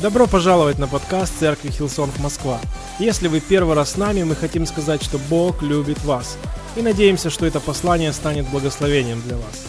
Добро пожаловать на подкаст Церкви Хиллсонг Москва. Если вы первый раз с нами, мы хотим сказать, что Бог любит вас. И надеемся, что это послание станет благословением для вас.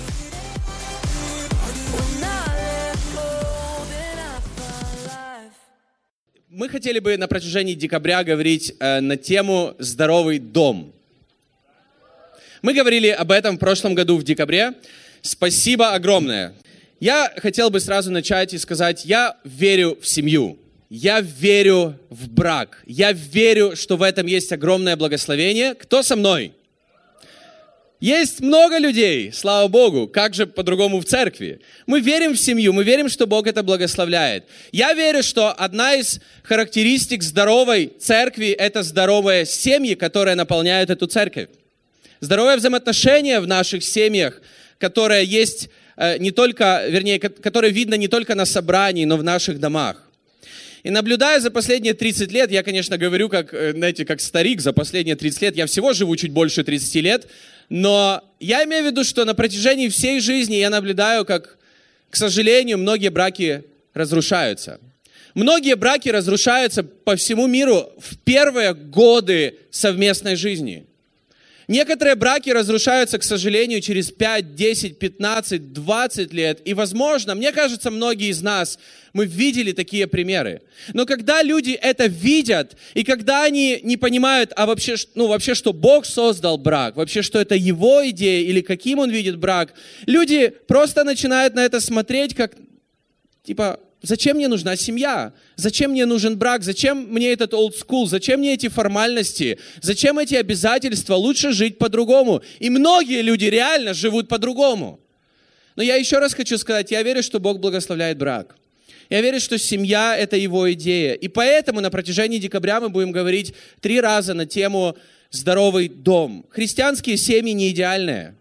Мы хотели бы на протяжении декабря говорить на тему «Здоровый дом». Мы говорили об этом в прошлом году в декабре. Спасибо огромное. Я хотел бы сразу начать и сказать, я верю в семью, я верю в брак, я верю, что в этом есть огромное благословение. Кто со мной? Есть много людей, слава Богу, как же по-другому в церкви. Мы верим в семью, мы верим, что Бог это благословляет. Я верю, что одна из характеристик здоровой церкви – это здоровые семьи, которые наполняют эту церковь. Здоровые взаимоотношения в наших семьях, которые есть не только, которые видно не только на собрании, но в наших домах. И наблюдая за последние 30 лет, я, конечно, говорю, как старик, за последние 30 лет, я всего живу чуть больше 30 лет, но я имею в виду, что на протяжении всей жизни я наблюдаю, как, к сожалению, многие браки разрушаются. Многие браки разрушаются по всему миру в первые годы совместной жизни. Некоторые браки разрушаются, к сожалению, через 5, 10, 15, 20 лет. И, возможно, мне кажется, многие из нас, мы видели такие примеры. Но когда люди это видят, и когда они не понимают, а вообще, что Бог создал брак, вообще, что это Его идея, или каким Он видит брак, люди просто начинают на это смотреть, как, зачем мне нужна семья? Зачем мне нужен брак? Зачем мне этот old school? Зачем мне эти формальности? Зачем эти обязательства? Лучше жить по-другому. И многие люди реально живут по-другому. Но я еще раз хочу сказать, я верю, что Бог благословляет брак. Я верю, что семья – это Его идея. И поэтому на протяжении декабря мы будем говорить 3 раза на тему «Здоровый дом». Христианские семьи не идеальные.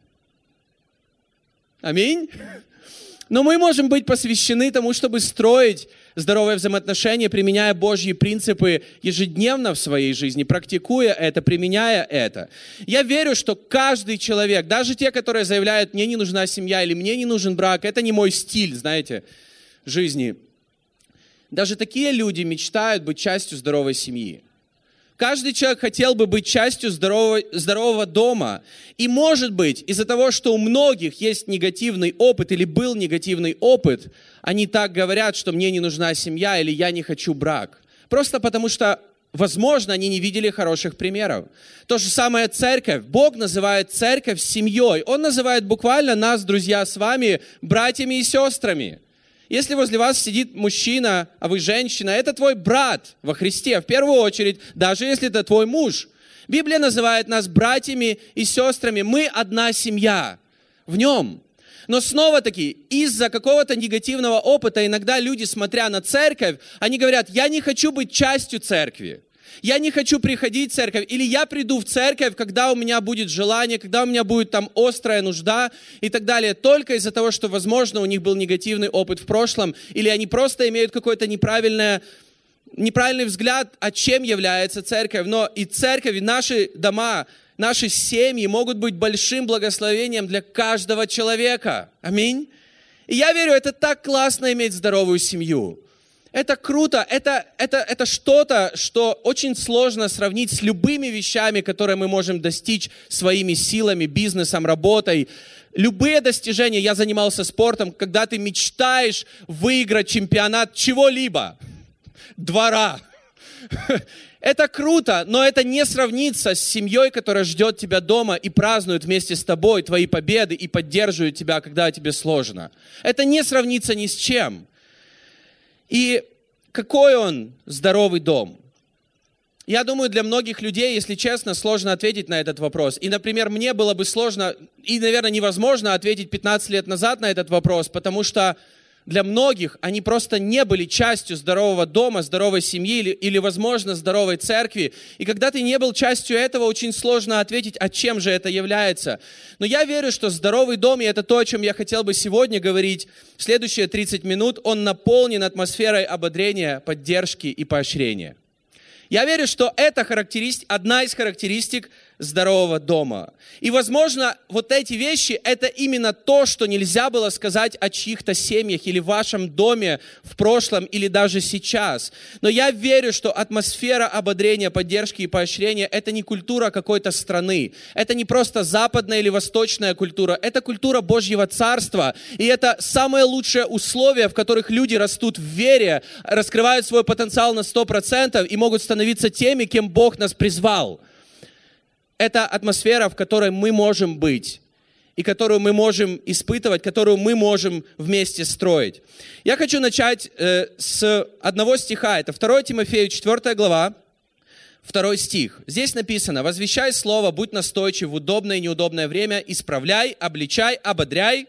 Аминь. Но мы можем быть посвящены тому, чтобы строить здоровые взаимоотношения, применяя Божьи принципы ежедневно в своей жизни, практикуя это, применяя это. Я верю, что каждый человек, даже те, которые заявляют, мне не нужна семья или мне не нужен брак, это не мой стиль, жизни. Даже такие люди мечтают быть частью здоровой семьи. Каждый человек хотел бы быть частью здорового дома. И может быть, из-за того, что у многих есть негативный опыт или был негативный опыт, они так говорят, что мне не нужна семья или я не хочу брак. Просто потому что, возможно, они не видели хороших примеров. То же самое церковь. Бог называет церковь семьей. Он называет буквально нас, друзья, с вами, братьями и сестрами. Если возле вас сидит мужчина, а вы женщина, это твой брат во Христе, в первую очередь, даже если это твой муж. Библия называет нас братьями и сестрами. Мы одна семья в Нем. Но снова-таки, из-за какого-то негативного опыта, иногда люди, смотря на церковь, они говорят, я не хочу быть частью церкви. Я не хочу приходить в церковь, или я приду в церковь, когда у меня будет желание, когда у меня будет там острая нужда и так далее, только из-за того, что, возможно, у них был негативный опыт в прошлом, или они просто имеют какой-то неправильный взгляд, о чем является церковь. Но и церковь, и наши дома, наши семьи могут быть большим благословением для каждого человека. Аминь. И я верю, это так классно иметь здоровую семью. Это круто, это что-то, что очень сложно сравнить с любыми вещами, которые мы можем достичь своими силами, бизнесом, работой. Любые достижения, я занимался спортом, когда ты мечтаешь выиграть чемпионат чего-либо, двора. Это круто, но это не сравнится с семьей, которая ждет тебя дома и празднует вместе с тобой твои победы и поддерживает тебя, когда тебе сложно. Это не сравнится ни с чем. И какой он здоровый дом? Я думаю, для многих людей, если честно, сложно ответить на этот вопрос. И, например, мне было бы сложно и, наверное, невозможно ответить 15 лет назад на этот вопрос, потому что для многих они просто не были частью здорового дома, здоровой семьи или, возможно, здоровой церкви. И когда ты не был частью этого, очень сложно ответить, а чем же это является. Но я верю, что здоровый дом, и это то, о чем я хотел бы сегодня говорить, в следующие 30 минут, он наполнен атмосферой ободрения, поддержки и поощрения. Я верю, что это одна из характеристик здорового дома. И, возможно, вот эти вещи – это именно то, что нельзя было сказать о чьих-то семьях или вашем доме в прошлом или даже сейчас. Но я верю, что атмосфера ободрения, поддержки и поощрения – это не культура какой-то страны. Это не просто западная или восточная культура. Это культура Божьего Царства. И это самые лучшие условия, в которых люди растут в вере, раскрывают свой потенциал на 100% и могут становиться теми, кем Бог нас призвал. Это атмосфера, в которой мы можем быть, и которую мы можем испытывать, которую мы можем вместе строить. Я хочу начать с одного стиха. Это 2 Тимофею, 4 глава, 2 стих. Здесь написано: «Возвещай слово, будь настойчив в удобное и неудобное время, исправляй, обличай, ободряй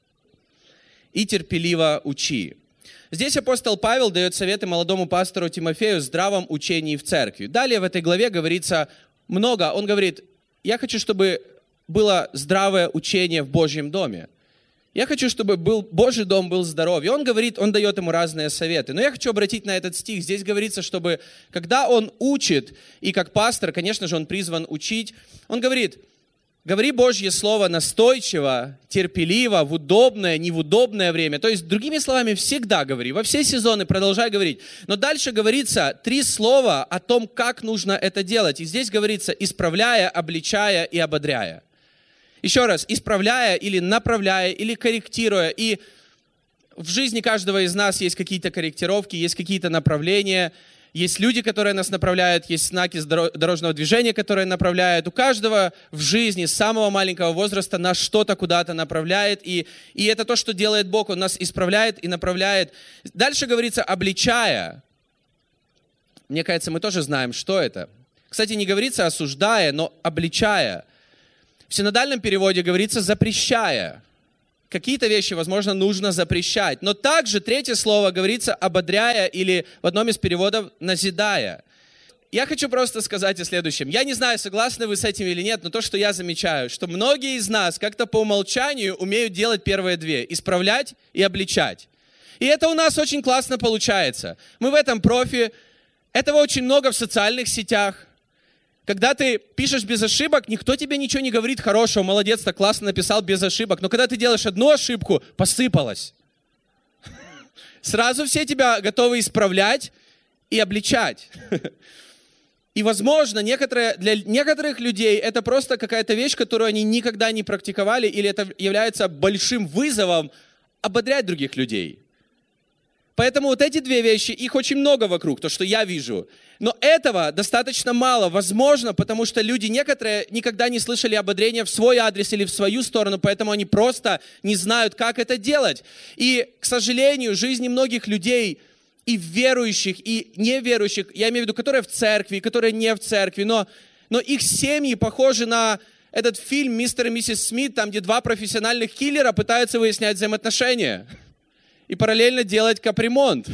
и терпеливо учи». Здесь апостол Павел дает советы молодому пастору Тимофею в здравом учении в церкви. Далее в этой главе говорится много. Он говорит: я хочу, чтобы было здравое учение в Божьем доме. Я хочу, чтобы Божий дом был здоров. И он говорит, он дает ему разные советы. Но я хочу обратить на этот стих. Здесь говорится, чтобы, когда он учит, и как пастор, конечно же, он призван учить, он говорит: говори Божье Слово настойчиво, терпеливо, в удобное, не в удобное время. То есть, другими словами, всегда говори, во все сезоны продолжай говорить. Но дальше говорится 3 слова о том, как нужно это делать. И здесь говорится: исправляя, обличая и ободряя. Еще раз, исправляя или направляя, или корректируя. И в жизни каждого из нас есть какие-то корректировки, есть какие-то направления. Есть люди, которые нас направляют, есть знаки дорожного движения, которые направляют. У каждого в жизни с самого маленького возраста нас что-то куда-то направляет. И это то, что делает Бог. Он нас исправляет и направляет. Дальше говорится обличая. Мне кажется, мы тоже знаем, что это. Кстати, не говорится осуждая, но обличая. В синодальном переводе говорится запрещая. Какие-то вещи, возможно, нужно запрещать. Но также 3 слово говорится ободряя или в одном из переводов назидая. Я хочу просто сказать о следующем. Я не знаю, согласны вы с этим или нет, но то, что я замечаю, что многие из нас как-то по умолчанию умеют делать первые 2. Исправлять и обличать. И это у нас очень классно получается. Мы в этом профи. Этого очень много в социальных сетях. Когда ты пишешь без ошибок, никто тебе ничего не говорит хорошего, молодец, так классно написал без ошибок. Но когда ты делаешь одну ошибку, посыпалось. Сразу все тебя готовы исправлять и обличать. И, возможно, для некоторых людей это просто какая-то вещь, которую они никогда не практиковали, или это является большим вызовом ободрять других людей. Поэтому вот эти 2 вещи, их очень много вокруг, то, что я вижу. Но этого достаточно мало, возможно, потому что люди некоторые никогда не слышали ободрения в свой адрес или в свою сторону, поэтому они просто не знают, как это делать. И, к сожалению, в жизни многих людей, и верующих, и неверующих, я имею в виду, которые в церкви, которые не в церкви, но их семьи похожи на этот фильм «Мистер и миссис Смит», там, где 2 профессиональных киллера пытаются выяснять взаимоотношения и параллельно делать капремонт.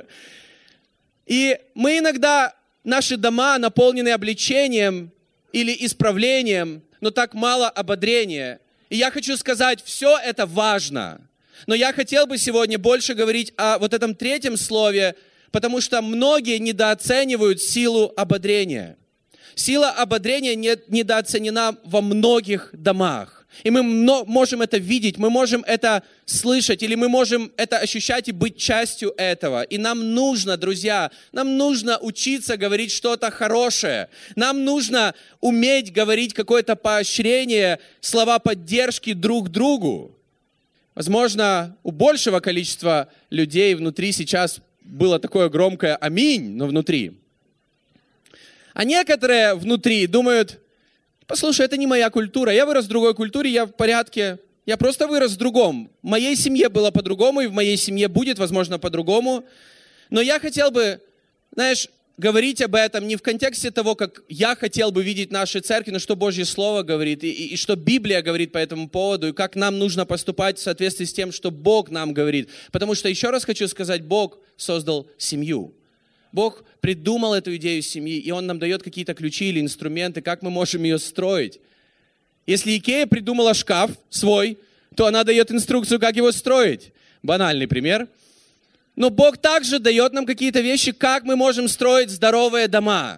И мы иногда, наши дома наполнены обличением или исправлением, но так мало ободрения. И я хочу сказать, все это важно. Но я хотел бы сегодня больше говорить о вот этом 3 слове, потому что многие недооценивают силу ободрения. Сила ободрения недооценена во многих домах. И мы можем это видеть, мы можем это слышать, или мы можем это ощущать и быть частью этого. И нам нужно, друзья, нам нужно учиться говорить что-то хорошее. Нам нужно уметь говорить какое-то поощрение, слова поддержки друг другу. Возможно, у большего количества людей внутри сейчас было такое громкое «Аминь», но внутри. А некоторые внутри думают: послушай, это не моя культура, я вырос в другой культуре, я в порядке, я просто вырос в другом. В моей семье было по-другому, и в моей семье будет, возможно, по-другому. Но я хотел бы, говорить об этом не в контексте того, как я хотел бы видеть наши церкви, но что Божье Слово говорит, и что Библия говорит по этому поводу, и как нам нужно поступать в соответствии с тем, что Бог нам говорит. Потому что, еще раз хочу сказать, Бог создал семью. Бог придумал эту идею семьи, и Он нам дает какие-то ключи или инструменты, как мы можем ее строить. Если Икея придумала шкаф свой, то она дает инструкцию, как его строить. Банальный пример. Но Бог также дает нам какие-то вещи, как мы можем строить здоровые дома.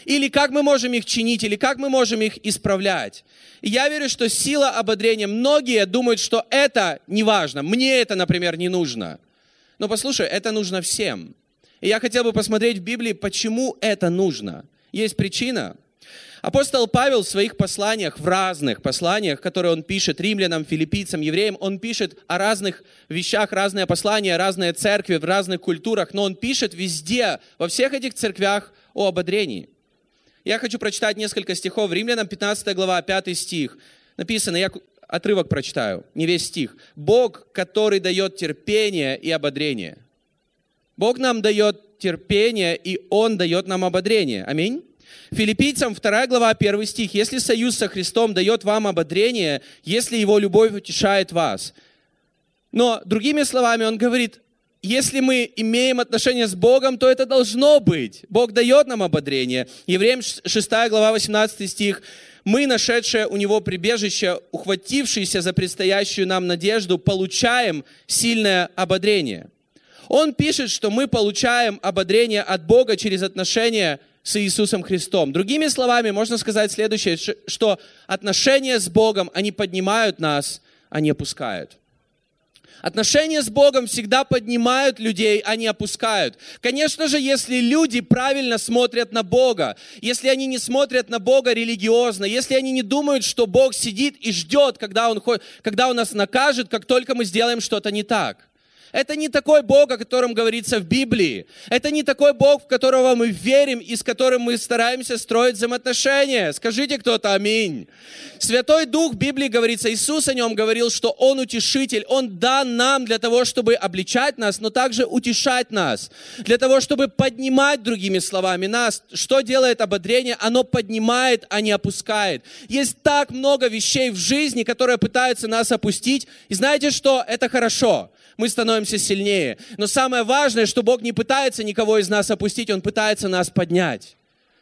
Или как мы можем их чинить, или как мы можем их исправлять. И я верю, что сила ободрения, многие думают, что это не важно. Мне это, например, не нужно. Но послушай, это нужно всем. И я хотел бы посмотреть в Библии, почему это нужно. Есть причина. Апостол Павел в своих посланиях, в разных посланиях, которые он пишет римлянам, филиппийцам, евреям, он пишет о разных вещах, разные послания, разные церкви в разных культурах, но он пишет везде, во всех этих церквях о ободрении. Я хочу прочитать несколько стихов. Римлянам 15 глава, 5 стих. Написано, я отрывок прочитаю, не весь стих. «Бог, который дает терпение и ободрение». Бог нам дает терпение, и Он дает нам ободрение. Аминь. Филиппийцам 2 глава, 1 стих. «Если союз со Христом дает вам ободрение, если Его любовь утешает вас». Но, другими словами, он говорит, если мы имеем отношения с Богом, то это должно быть. Бог дает нам ободрение. Евреям 6 глава, 18 стих. «Мы, нашедшие у Него прибежище, ухватившиеся за предстоящую нам надежду, получаем сильное ободрение». Он пишет, что мы получаем ободрение от Бога через отношения с Иисусом Христом. Другими словами, можно сказать следующее, что отношения с Богом, они поднимают нас, а не опускают. Отношения с Богом всегда поднимают людей, а не опускают. Конечно же, если люди правильно смотрят на Бога, если они не смотрят на Бога религиозно, если они не думают, что Бог сидит и ждет, когда Он нас накажет, как только мы сделаем что-то не так. Это не такой Бог, о котором говорится в Библии. Это не такой Бог, в которого мы верим и с которым мы стараемся строить взаимоотношения. Скажите кто-то аминь. Святой Дух в Библии говорится, Иисус о нем говорил, что Он утешитель. Он дан нам для того, чтобы обличать нас, но также утешать нас. Для того, чтобы поднимать, другими словами, нас. Что делает ободрение? Оно поднимает, а не опускает. Есть так много вещей в жизни, которые пытаются нас опустить. И знаете что? Это хорошо. Мы становимся сильнее. Но самое важное, что Бог не пытается никого из нас опустить, Он пытается нас поднять.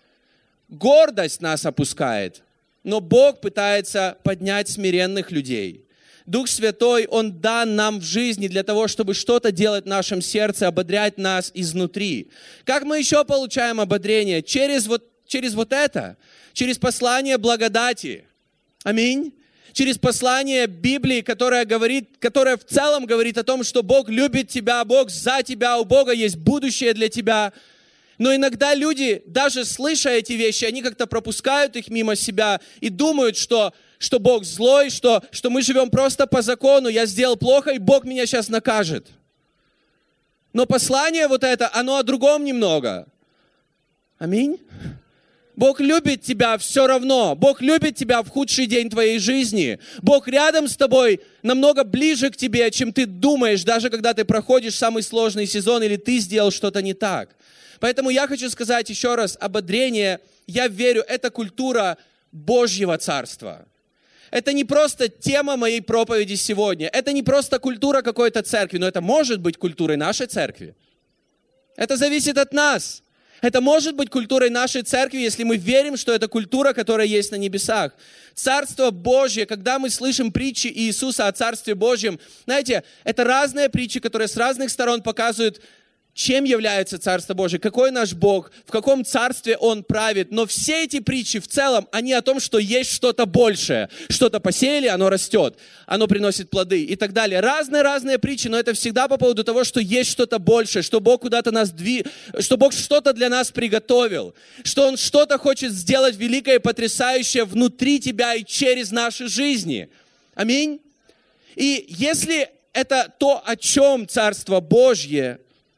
Гордость нас опускает, но Бог пытается поднять смиренных людей. Дух Святой, Он дан нам в жизни для того, чтобы что-то делать в нашем сердце, ободрять нас изнутри. Как мы еще получаем ободрение? Через вот это, через послание благодати. Аминь. Через послание Библии, которое в целом говорит о том, что Бог любит тебя, Бог за тебя, у Бога есть будущее для тебя. Но иногда люди, даже слыша эти вещи, они как-то пропускают их мимо себя и думают, что Бог злой, что мы живем просто по закону, я сделал плохо, и Бог меня сейчас накажет. Но послание вот это, оно о другом немного. Аминь. Бог любит тебя все равно. Бог любит тебя в худший день твоей жизни. Бог рядом с тобой, намного ближе к тебе, чем ты думаешь, даже когда ты проходишь самый сложный сезон или ты сделал что-то не так. Поэтому я хочу сказать еще раз, ободрение, я верю, это культура Божьего Царства. Это не просто тема моей проповеди сегодня. Это не просто культура какой-то церкви, но это может быть культурой нашей церкви. Это зависит от нас. Это может быть культурой нашей церкви, если мы верим, что это культура, которая есть на небесах. Царство Божье, когда мы слышим притчи Иисуса о Царстве Божьем, знаете, это разные притчи, которые с разных сторон показывают, чем является Царство Божие, какой наш Бог, в каком царстве Он правит. Но все эти притчи в целом, они о том, что есть что-то большее. Что-то посеяли, оно растет, оно приносит плоды и так далее. Разные притчи, но это всегда по поводу того, что есть что-то большее, что Бог куда-то нас что Бог что-то для нас приготовил, что Он что-то хочет сделать великое и потрясающее внутри тебя и через наши жизни. Аминь. И если это то, о чем Царство Божье,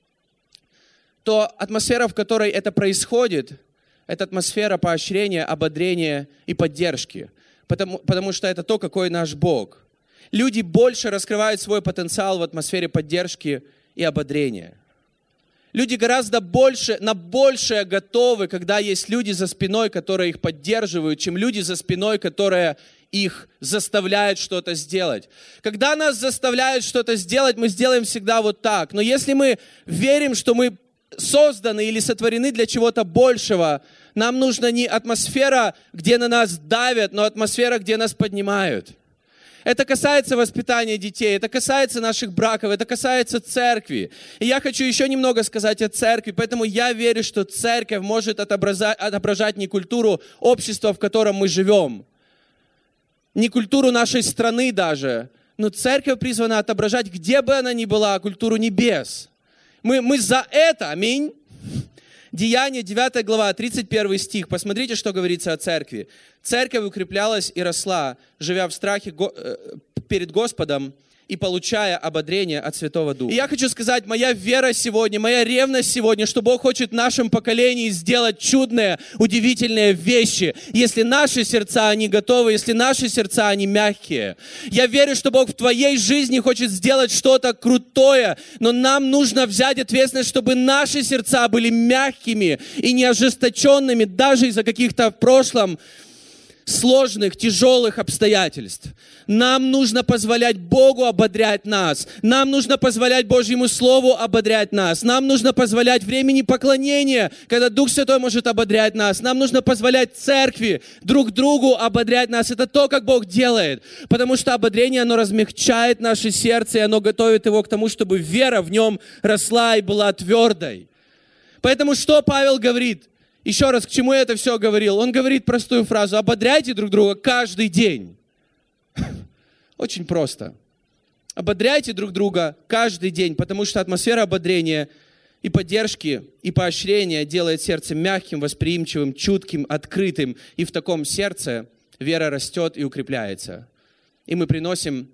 то атмосфера, в которой это происходит, это атмосфера поощрения, ободрения и поддержки. Потому что это то, какой наш Бог. Люди больше раскрывают свой потенциал в атмосфере поддержки и ободрения. Люди гораздо на большее готовы, когда есть люди за спиной, которые их поддерживают, чем люди за спиной, которые их заставляют что-то сделать. Когда нас заставляют что-то сделать, мы сделаем всегда вот так. Но если мы верим, что мы созданы или сотворены для чего-то большего, нам нужна не атмосфера, где на нас давят, но атмосфера, где нас поднимают. Это касается воспитания детей, это касается наших браков, это касается церкви. И я хочу еще немного сказать о церкви, поэтому я верю, что церковь может отображать не культуру общества, в котором мы живем, не культуру нашей страны даже, но церковь призвана отображать, где бы она ни была, культуру небес. Мы за это, аминь. Деяния, 9 глава, 31 стих. Посмотрите, что говорится о церкви. Церковь укреплялась и росла, живя в страхе перед Господом и получая ободрение от Святого Духа. И я хочу сказать, моя вера сегодня, моя ревность сегодня, что Бог хочет в нашем поколении сделать чудные, удивительные вещи, если наши сердца, они готовы, если наши сердца, они мягкие. Я верю, что Бог в твоей жизни хочет сделать что-то крутое, но нам нужно взять ответственность, чтобы наши сердца были мягкими и не ожесточенными даже из-за каких-то в прошлом сложных, тяжелых обстоятельств. Нам нужно позволять Богу ободрять нас. Нам нужно позволять Божьему Слову ободрять нас. Нам нужно позволять времени поклонения, когда Дух Святой может ободрять нас. Нам нужно позволять церкви друг другу ободрять нас. Это то, как Бог делает. Потому что ободрение, оно размягчает наше сердце, и оно готовит его к тому, чтобы вера в нем росла и была твердой. Поэтому что Павел говорит? Еще раз, к чему я это все говорил? Он говорит простую фразу: ободряйте друг друга каждый день. Очень просто. Ободряйте друг друга каждый день, потому что атмосфера ободрения и поддержки, и поощрения делает сердце мягким, восприимчивым, чутким, открытым. И в таком сердце вера растет и укрепляется. И мы приносим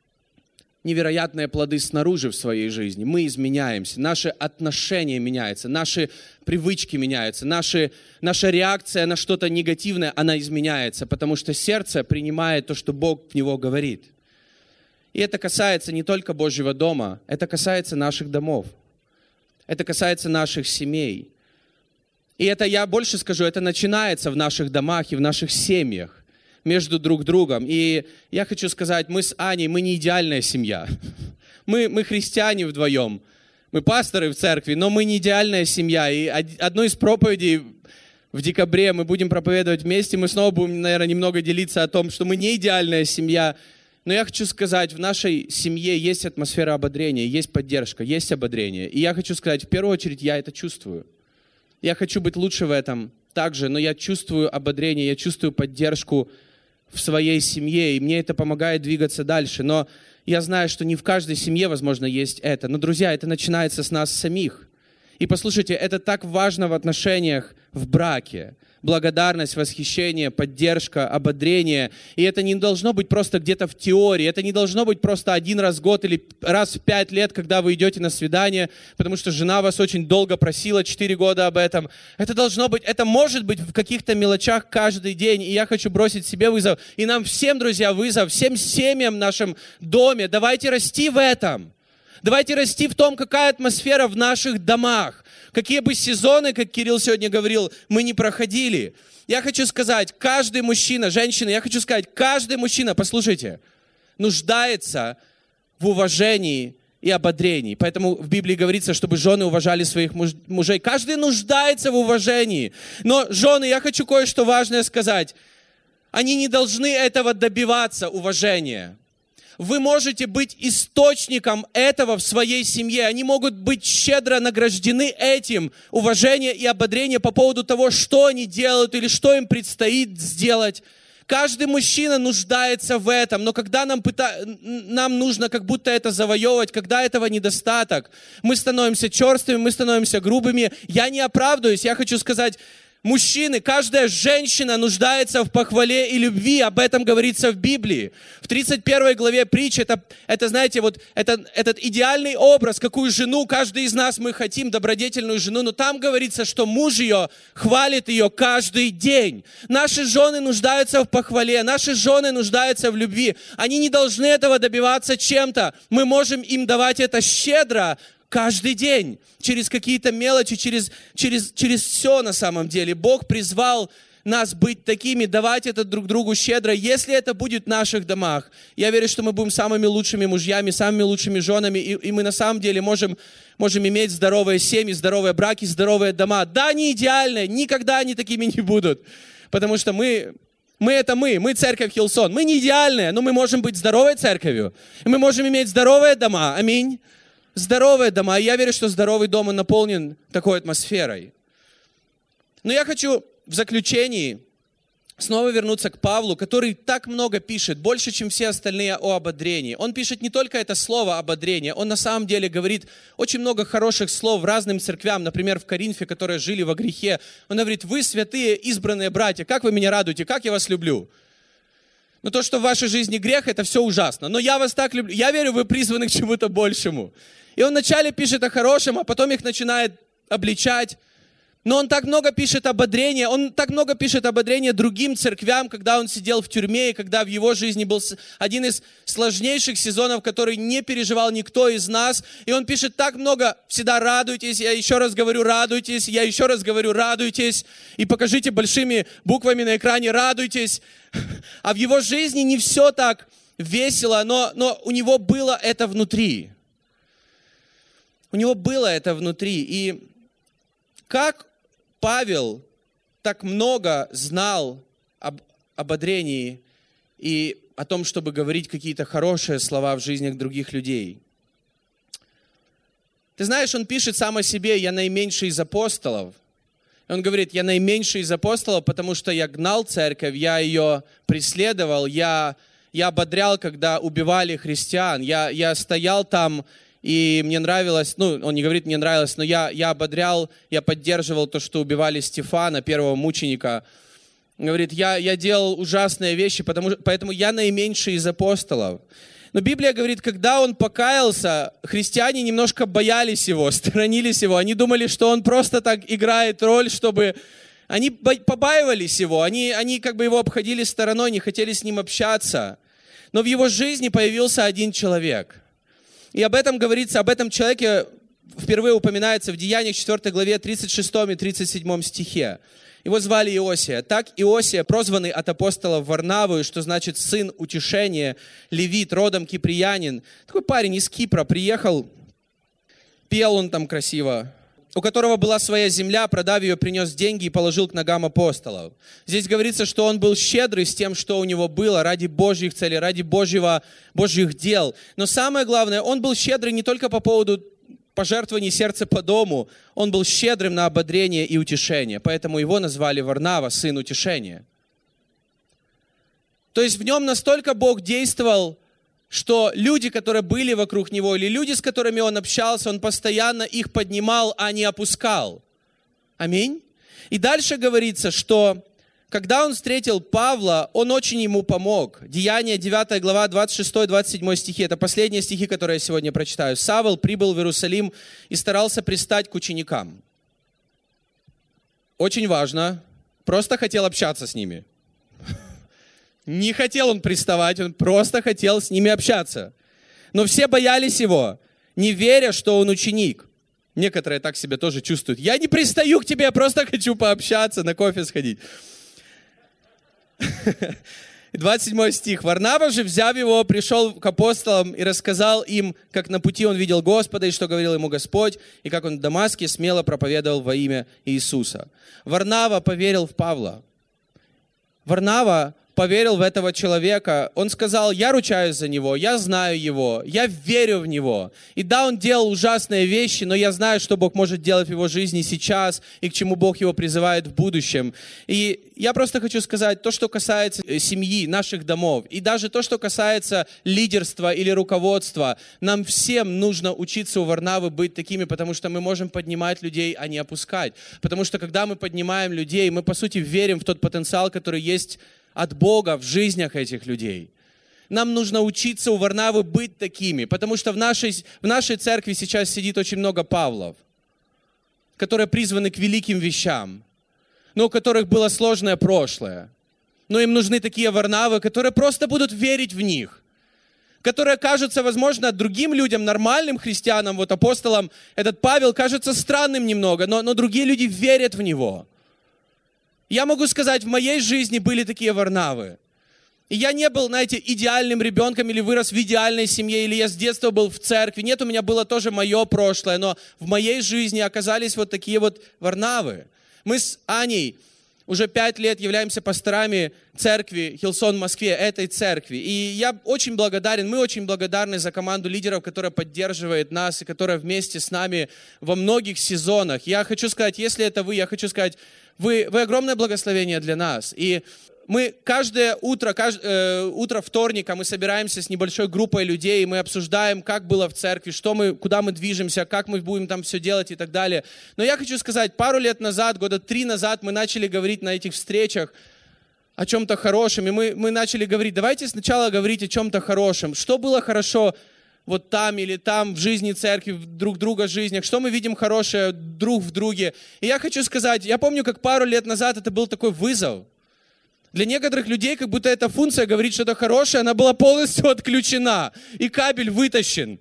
невероятные плоды снаружи в своей жизни. Мы изменяемся, наши отношения меняются, наши привычки меняются, наша реакция на что-то негативное, она изменяется, потому что сердце принимает то, что Бог в него говорит. И это касается не только Божьего дома, это касается наших домов, это касается наших семей. И это, я больше скажу, это начинается в наших домах и в наших семьях, между друг другом. И я хочу сказать, мы с Аней, мы не идеальная семья. Мы христиане вдвоем. Мы пасторы в церкви, но мы не идеальная семья. И одну из проповедей в декабре мы будем проповедовать вместе. Мы снова будем, наверное, немного делиться о том, что мы не идеальная семья. Но я хочу сказать, в нашей семье есть атмосфера ободрения, есть поддержка, есть ободрение. И я хочу сказать, в первую очередь, я это чувствую. Я хочу быть лучше в этом также, но я чувствую ободрение, я чувствую поддержку в своей семье, и мне это помогает двигаться дальше. Но я знаю, что не в каждой семье, возможно, есть это. Но, друзья, это начинается с нас самих. И послушайте, это так важно в отношениях в браке. Благодарность, восхищение, поддержка, ободрение. И это не должно быть просто где-то в теории. Это не должно быть просто один раз в год или раз в 5 лет, когда вы идете на свидание, потому что жена вас очень долго просила, 4 года об этом. Это должно быть, это может быть в каких-то мелочах каждый день. И я хочу бросить себе вызов. И нам всем, друзья, вызов, всем семьям в нашем доме. Давайте расти в этом. Давайте расти в том, какая атмосфера в наших домах. Какие бы сезоны, как Кирилл сегодня говорил, мы не проходили. Я хочу сказать, каждый мужчина, женщина, я хочу сказать, каждый мужчина, послушайте, нуждается в уважении и ободрении. Поэтому в Библии говорится, чтобы жены уважали своих мужей. Каждый нуждается в уважении. Но, жены, я хочу кое-что важное сказать. Они не должны этого добиваться, уважения. Вы можете быть источником этого в своей семье. Они могут быть щедро награждены этим, уважение и ободрение по поводу того, что они делают или что им предстоит сделать. Каждый мужчина нуждается в этом, но когда нам нужно как будто это завоевывать, когда этого недостаток, мы становимся черствыми, мы становимся грубыми. Я не оправдываюсь, я хочу сказать, мужчины, каждая женщина нуждается в похвале и любви. Об этом говорится в Библии. В 31 главе притчи, это знаете, вот этот идеальный образ, какую жену каждый из нас мы хотим, добродетельную жену, но там говорится, что муж ее хвалит ее каждый день. Наши жены нуждаются в похвале, наши жены нуждаются в любви. Они не должны этого добиваться чем-то. Мы можем им давать это щедро, каждый день, через какие-то мелочи, через все на самом деле. Бог призвал нас быть такими, давать это друг другу щедро. Если это будет в наших домах, я верю, что мы будем самыми лучшими мужьями, самыми лучшими женами, и мы на самом деле можем иметь здоровые семьи, здоровые браки, здоровые дома. Да, не идеальные, никогда они такими не будут, потому что мы Мы церковь Хиллсон. Мы не идеальные, но мы можем быть здоровой церковью. И мы можем иметь здоровые дома. Аминь. Здоровые дома. И я верю, что здоровый дом он наполнен такой атмосферой. Но я хочу в заключении снова вернуться к Павлу, который так много пишет, больше, чем все остальные о ободрении. Он пишет не только это слово ободрение, он на самом деле говорит очень много хороших слов разным церквям, например, в Коринфе, которые жили во грехе. Он говорит: вы святые, избранные братья, как вы меня радуете, как я вас люблю. Но то, что в вашей жизни грех, это все ужасно. Но я вас так люблю, я верю, вы призваны к чему-то большему. И он вначале пишет о хорошем, а потом их начинает обличать. Но он так много пишет ободрения, другим церквям, когда он сидел в тюрьме, и когда в его жизни был один из сложнейших сезонов, который не переживал никто из нас. И он пишет так много: всегда радуйтесь, я еще раз говорю радуйтесь, я еще раз говорю радуйтесь. И покажите большими буквами на экране радуйтесь. А в его жизни не все так весело, но у него было это внутри. У него было это внутри. И как Павел так много знал об ободрении и о том, чтобы говорить какие-то хорошие слова в жизнях других людей. Ты знаешь, он пишет сам о себе: «Я наименьший из апостолов». Он говорит: «Я наименьший из апостолов, потому что я гнал церковь, я ее преследовал, я ободрял, когда убивали христиан, я стоял там». И мне нравилось, он не говорит «мне нравилось», но я ободрял, я поддерживал то, что убивали Стефана, первого мученика. Он говорит: я делал ужасные вещи, поэтому я наименьший из апостолов. Но Библия говорит, когда он покаялся, христиане немножко боялись его, сторонились его. Они думали, что он просто так играет роль, чтобы... Они побаивались его, они как бы его обходили стороной, не хотели с ним общаться. Но в его жизни появился один человек. И об этом говорится, об этом человеке впервые упоминается в Деяниях 4 главе 36 и 37 стихе. Его звали Иосия. Так Иосия, прозванный от апостолов Варнавою, что значит сын утешения, левит, родом киприянин. Такой парень из Кипра приехал, пел он там красиво, у которого была своя земля, продав ее, принес деньги и положил к ногам апостолов. Здесь говорится, что он был щедрый с тем, что у него было, ради Божьих целей, ради Божьих дел. Но самое главное, он был щедрый не только по поводу пожертвований сердца по дому, он был щедрым на ободрение и утешение. Поэтому его назвали Варнава, сын утешения. То есть в нем настолько Бог действовал, что люди, которые были вокруг него, или люди, с которыми он общался, он постоянно их поднимал, а не опускал. Аминь. И дальше говорится, что когда он встретил Павла, он очень ему помог. Деяния 9 глава, 26-27 стихи. Это последние стихи, которые я сегодня прочитаю. Савл прибыл в Иерусалим и старался пристать к ученикам. Очень важно. Просто хотел общаться с ними. Не хотел он приставать, он просто хотел с ними общаться. Но все боялись его, не веря, что он ученик. Некоторые так себя тоже чувствуют. Я не пристаю к тебе, я просто хочу пообщаться, на кофе сходить. 27 стих. Варнава же, взяв его, пришел к апостолам и рассказал им, как на пути он видел Господа, и что говорил ему Господь, и как он в Дамаске смело проповедовал во имя Иисуса. Варнава поверил в Павла. Варнава поверил в этого человека. Он сказал: я ручаюсь за него, я знаю его, я верю в него. И да, он делал ужасные вещи, но я знаю, что Бог может делать в его жизни сейчас и к чему Бог его призывает в будущем. И я просто хочу сказать, то, что касается семьи, наших домов, и даже то, что касается лидерства или руководства, нам всем нужно учиться у Варнавы быть такими, потому что мы можем поднимать людей, а не опускать. Потому что когда мы поднимаем людей, мы, по сути, верим в тот потенциал, который есть от Бога в жизнях этих людей. Нам нужно учиться у Варнавы быть такими, потому что в нашей церкви сейчас сидит очень много Павлов, которые призваны к великим вещам, но у которых было сложное прошлое. Но им нужны такие Варнавы, которые просто будут верить в них, которые кажутся, возможно, другим людям, нормальным христианам, вот апостолам, этот Павел кажется странным немного, но другие люди верят в него. Я могу сказать, в моей жизни были такие Варнавы. И я не был, знаете, идеальным ребенком или вырос в идеальной семье, или я с детства был в церкви. Нет, у меня было тоже мое прошлое, но в моей жизни оказались вот такие вот Варнавы. Мы с Аней уже 5 лет являемся пасторами церкви Хиллсон в Москве, этой церкви. И я очень благодарен, мы очень благодарны за команду лидеров, которая поддерживает нас и которая вместе с нами во многих сезонах. Я хочу сказать, если это вы, я хочу сказать, вы огромное благословение для нас. И мы каждое утро вторника мы собираемся с небольшой группой людей, и мы обсуждаем, как было в церкви, куда мы движемся, как мы будем там все делать и так далее. Но я хочу сказать, пару лет назад, года 3 назад, мы начали говорить на этих встречах о чем-то хорошем, и мы начали говорить, давайте сначала говорить о чем-то хорошем. Что было хорошо вот там или там в жизни церкви, в друг друга жизнях, что мы видим хорошее друг в друге. И я хочу сказать, я помню, как пару лет назад это был такой вызов. Для некоторых людей, как будто эта функция говорить что-то хорошее, она была полностью отключена, и кабель вытащен.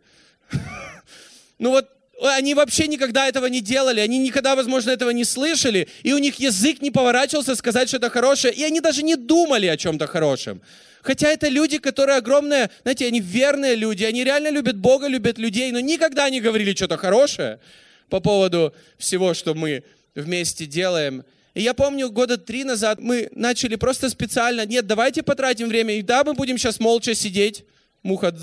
Ну вот, они вообще никогда этого не делали, они никогда, возможно, этого не слышали, и у них язык не поворачивался сказать что-то хорошее, и они даже не думали о чем-то хорошем. Хотя это люди, которые огромные, знаете, они верные люди, они реально любят Бога, любят людей, но никогда не говорили что-то хорошее по поводу всего, что мы вместе делаем. И я помню, года 3 назад мы начали просто специально, нет, давайте потратим время, и да, мы будем сейчас молча сидеть, муха,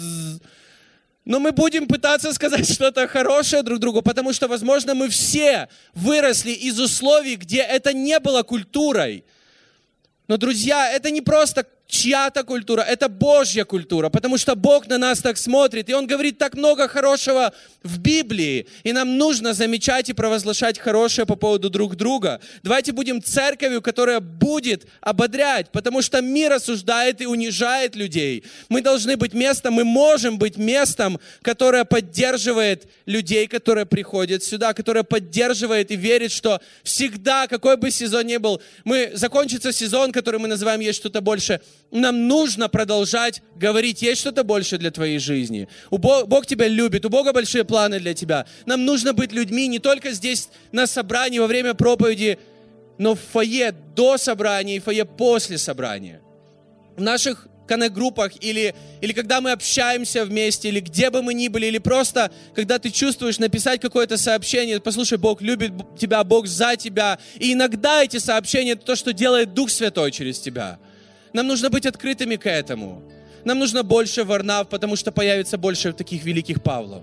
но мы будем пытаться сказать что-то хорошее друг другу, потому что, возможно, мы все выросли из условий, где это не было культурой. Но, друзья, это не просто чья-то культура, это Божья культура, потому что Бог на нас так смотрит, и Он говорит так много хорошего в Библии, и нам нужно замечать и провозглашать хорошее по поводу друг друга. Давайте будем церковью, которая будет ободрять, потому что мир осуждает и унижает людей. Мы должны быть местом, мы можем быть местом, которое поддерживает людей, которые приходят сюда, которое поддерживает и верит, что всегда, какой бы сезон ни был, закончится сезон, который мы называем «Есть что-то больше», нам нужно продолжать говорить, есть что-то больше для твоей жизни. Бог тебя любит, у Бога большие планы для тебя. Нам нужно быть людьми не только здесь на собрании во время проповеди, но в фойе до собрания и фойе после собрания. В наших коннект-группах или когда мы общаемся вместе, или где бы мы ни были, или просто, когда ты чувствуешь написать какое-то сообщение, послушай, Бог любит тебя, Бог за тебя. И иногда эти сообщения — это то, что делает Дух Святой через тебя. Нам нужно быть открытыми к этому. Нам нужно больше Варнав, потому что появится больше таких великих Павлов.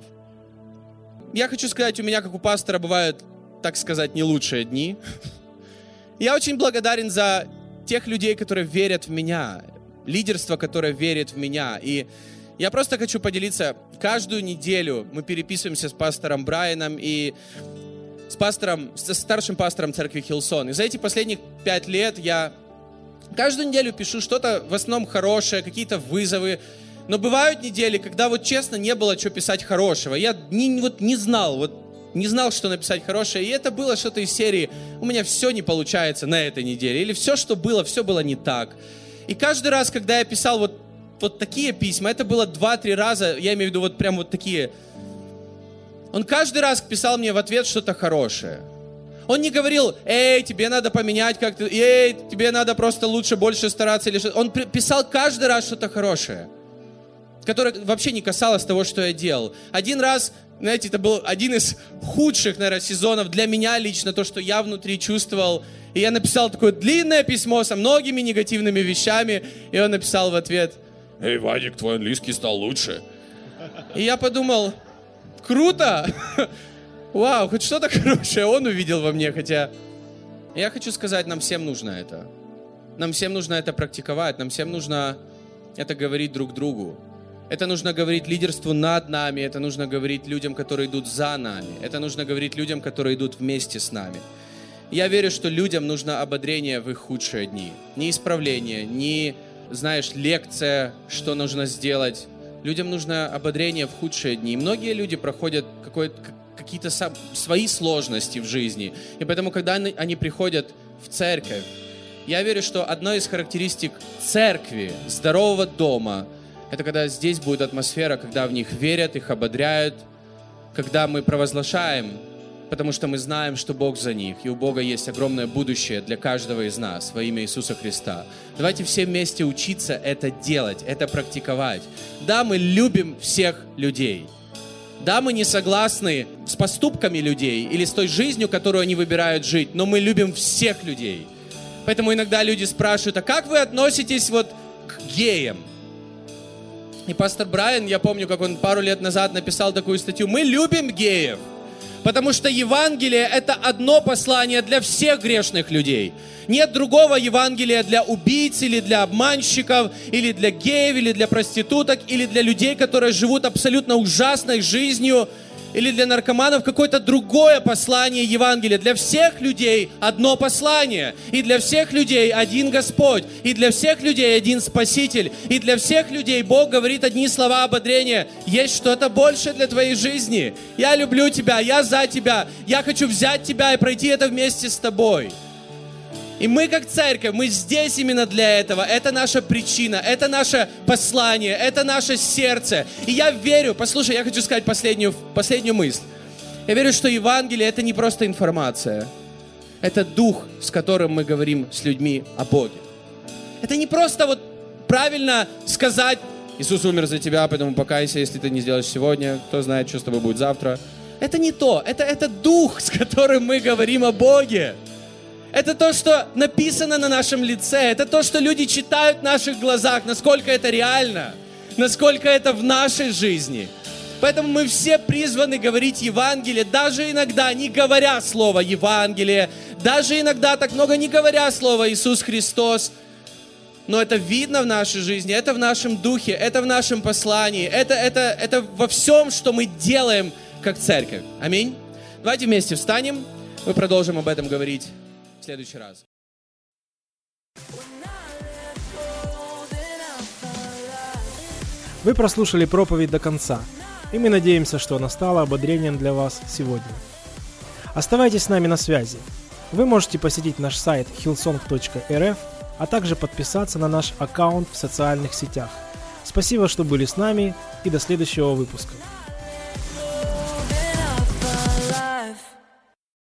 Я хочу сказать, у меня, как у пастора, бывают, так сказать, не лучшие дни. Я очень благодарен за тех людей, которые верят в меня, лидерство, которое верит в меня. И я просто хочу поделиться. Каждую неделю мы переписываемся с пастором Брайаном и со старшим пастором церкви Хиллсон. И за эти последних 5 лет я каждую неделю пишу что-то в основном хорошее, какие-то вызовы. Но бывают недели, когда вот честно не было что писать хорошего. Я не знал, что написать хорошее. И это было что-то из серии «У меня все не получается на этой неделе». Или все было не так. И каждый раз, когда я писал вот такие письма, это было 2-3 раза, я имею в виду вот прям вот такие. Он каждый раз писал мне в ответ что-то хорошее. Он не говорил, тебе надо поменять как-то, тебе надо просто лучше, больше стараться. Или что-то. Он писал каждый раз что-то хорошее, которое вообще не касалось того, что я делал. Один раз, знаете, это был один из худших, наверное, сезонов для меня лично, то, что я внутри чувствовал. И я написал такое длинное письмо со многими негативными вещами, и он написал в ответ, Вадик, твой английский стал лучше. И я подумал, круто! Вау, хоть что-то хорошее он увидел во мне, хотя... Я хочу сказать, нам всем нужно это. Нам всем нужно это практиковать, нам всем нужно это говорить друг другу. Это нужно говорить лидерству над нами, это нужно говорить людям, которые идут за нами. Это нужно говорить людям, которые идут вместе с нами. Я верю, что людям нужно ободрение в их худшие дни. Не исправление, не, лекция, что нужно сделать. Людям нужно ободрение в худшие дни. И многие люди проходят какие-то свои сложности в жизни. И поэтому, когда они приходят в церковь, я верю, что одной из характеристик церкви, здорового дома, это когда здесь будет атмосфера, когда в них верят, их ободряют, когда мы провозглашаем, потому что мы знаем, что Бог за них, и у Бога есть огромное будущее для каждого из нас во имя Иисуса Христа. Давайте все вместе учиться это делать, это практиковать. Да, мы любим всех людей. Да, мы не согласны с поступками людей или с той жизнью, которую они выбирают жить, но мы любим всех людей. Поэтому иногда люди спрашивают, а как вы относитесь вот к геям? И пастор Брайан, я помню, как он пару лет назад написал такую статью. Мы любим геев, потому что Евангелие — это одно послание для всех грешных людей. Нет другого Евангелия для убийц, или для обманщиков, или для геев, или для проституток, или для людей, которые живут абсолютно ужасной жизнью, или для наркоманов какое-то другое послание Евангелия. Для всех людей одно послание. И для всех людей один Господь. И для всех людей один Спаситель. И для всех людей Бог говорит одни слова ободрения. Есть что-то большее для твоей жизни. Я люблю тебя, я за тебя. Я хочу взять тебя и пройти это вместе с тобой. И мы как церковь, мы здесь именно для этого. Это наша причина, это наше послание, это наше сердце. И я верю, послушай, я хочу сказать последнюю мысль. Я верю, что Евангелие — это не просто информация. Это дух, с которым мы говорим с людьми о Боге. Это не просто вот правильно сказать: Иисус умер за тебя, поэтому покайся, если ты не сделаешь сегодня. Кто знает, что с тобой будет завтра. Это не то. Это дух, с которым мы говорим о Боге. Это то, что написано на нашем лице. Это то, что люди читают в наших глазах. Насколько это реально. Насколько это в нашей жизни. Поэтому мы все призваны говорить Евангелие, даже иногда не говоря слово Евангелие, даже иногда так много не говоря слово Иисус Христос. Но это видно в нашей жизни, это в нашем духе, это в нашем послании, это во всем, что мы делаем как церковь. Аминь. Давайте вместе встанем, мы продолжим об этом говорить в следующий раз. Вы прослушали проповедь до конца, и мы надеемся, что она стала ободрением для вас сегодня. Оставайтесь с нами на связи. Вы можете посетить наш сайт hillsong.rf, а также подписаться на наш аккаунт в социальных сетях. Спасибо, что были с нами, и до следующего выпуска.